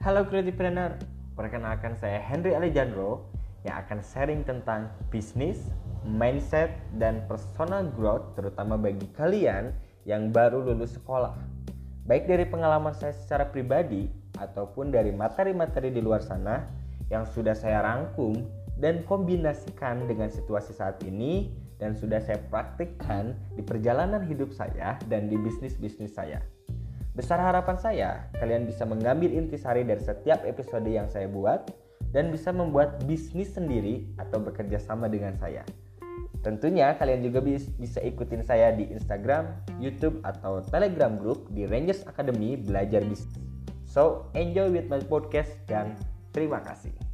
Halo Creativepreneur, perkenalkan saya Henry Alejandro yang akan sharing tentang bisnis, mindset, dan personal growth terutama bagi kalian yang baru lulus sekolah. Baik dari pengalaman saya secara pribadi ataupun dari materi-materi di luar sana yang sudah saya rangkum dan kombinasikan dengan situasi saat ini dan sudah saya praktikkan di perjalanan hidup saya dan di bisnis-bisnis saya. Besar harapan saya, kalian bisa mengambil intisari dari setiap episode yang saya buat dan bisa membuat bisnis sendiri atau bekerja sama dengan saya. Tentunya kalian juga bisa ikutin saya di Instagram, YouTube, atau Telegram group di Rangers Academy Belajar Bisnis. So, enjoy with my podcast dan terima kasih.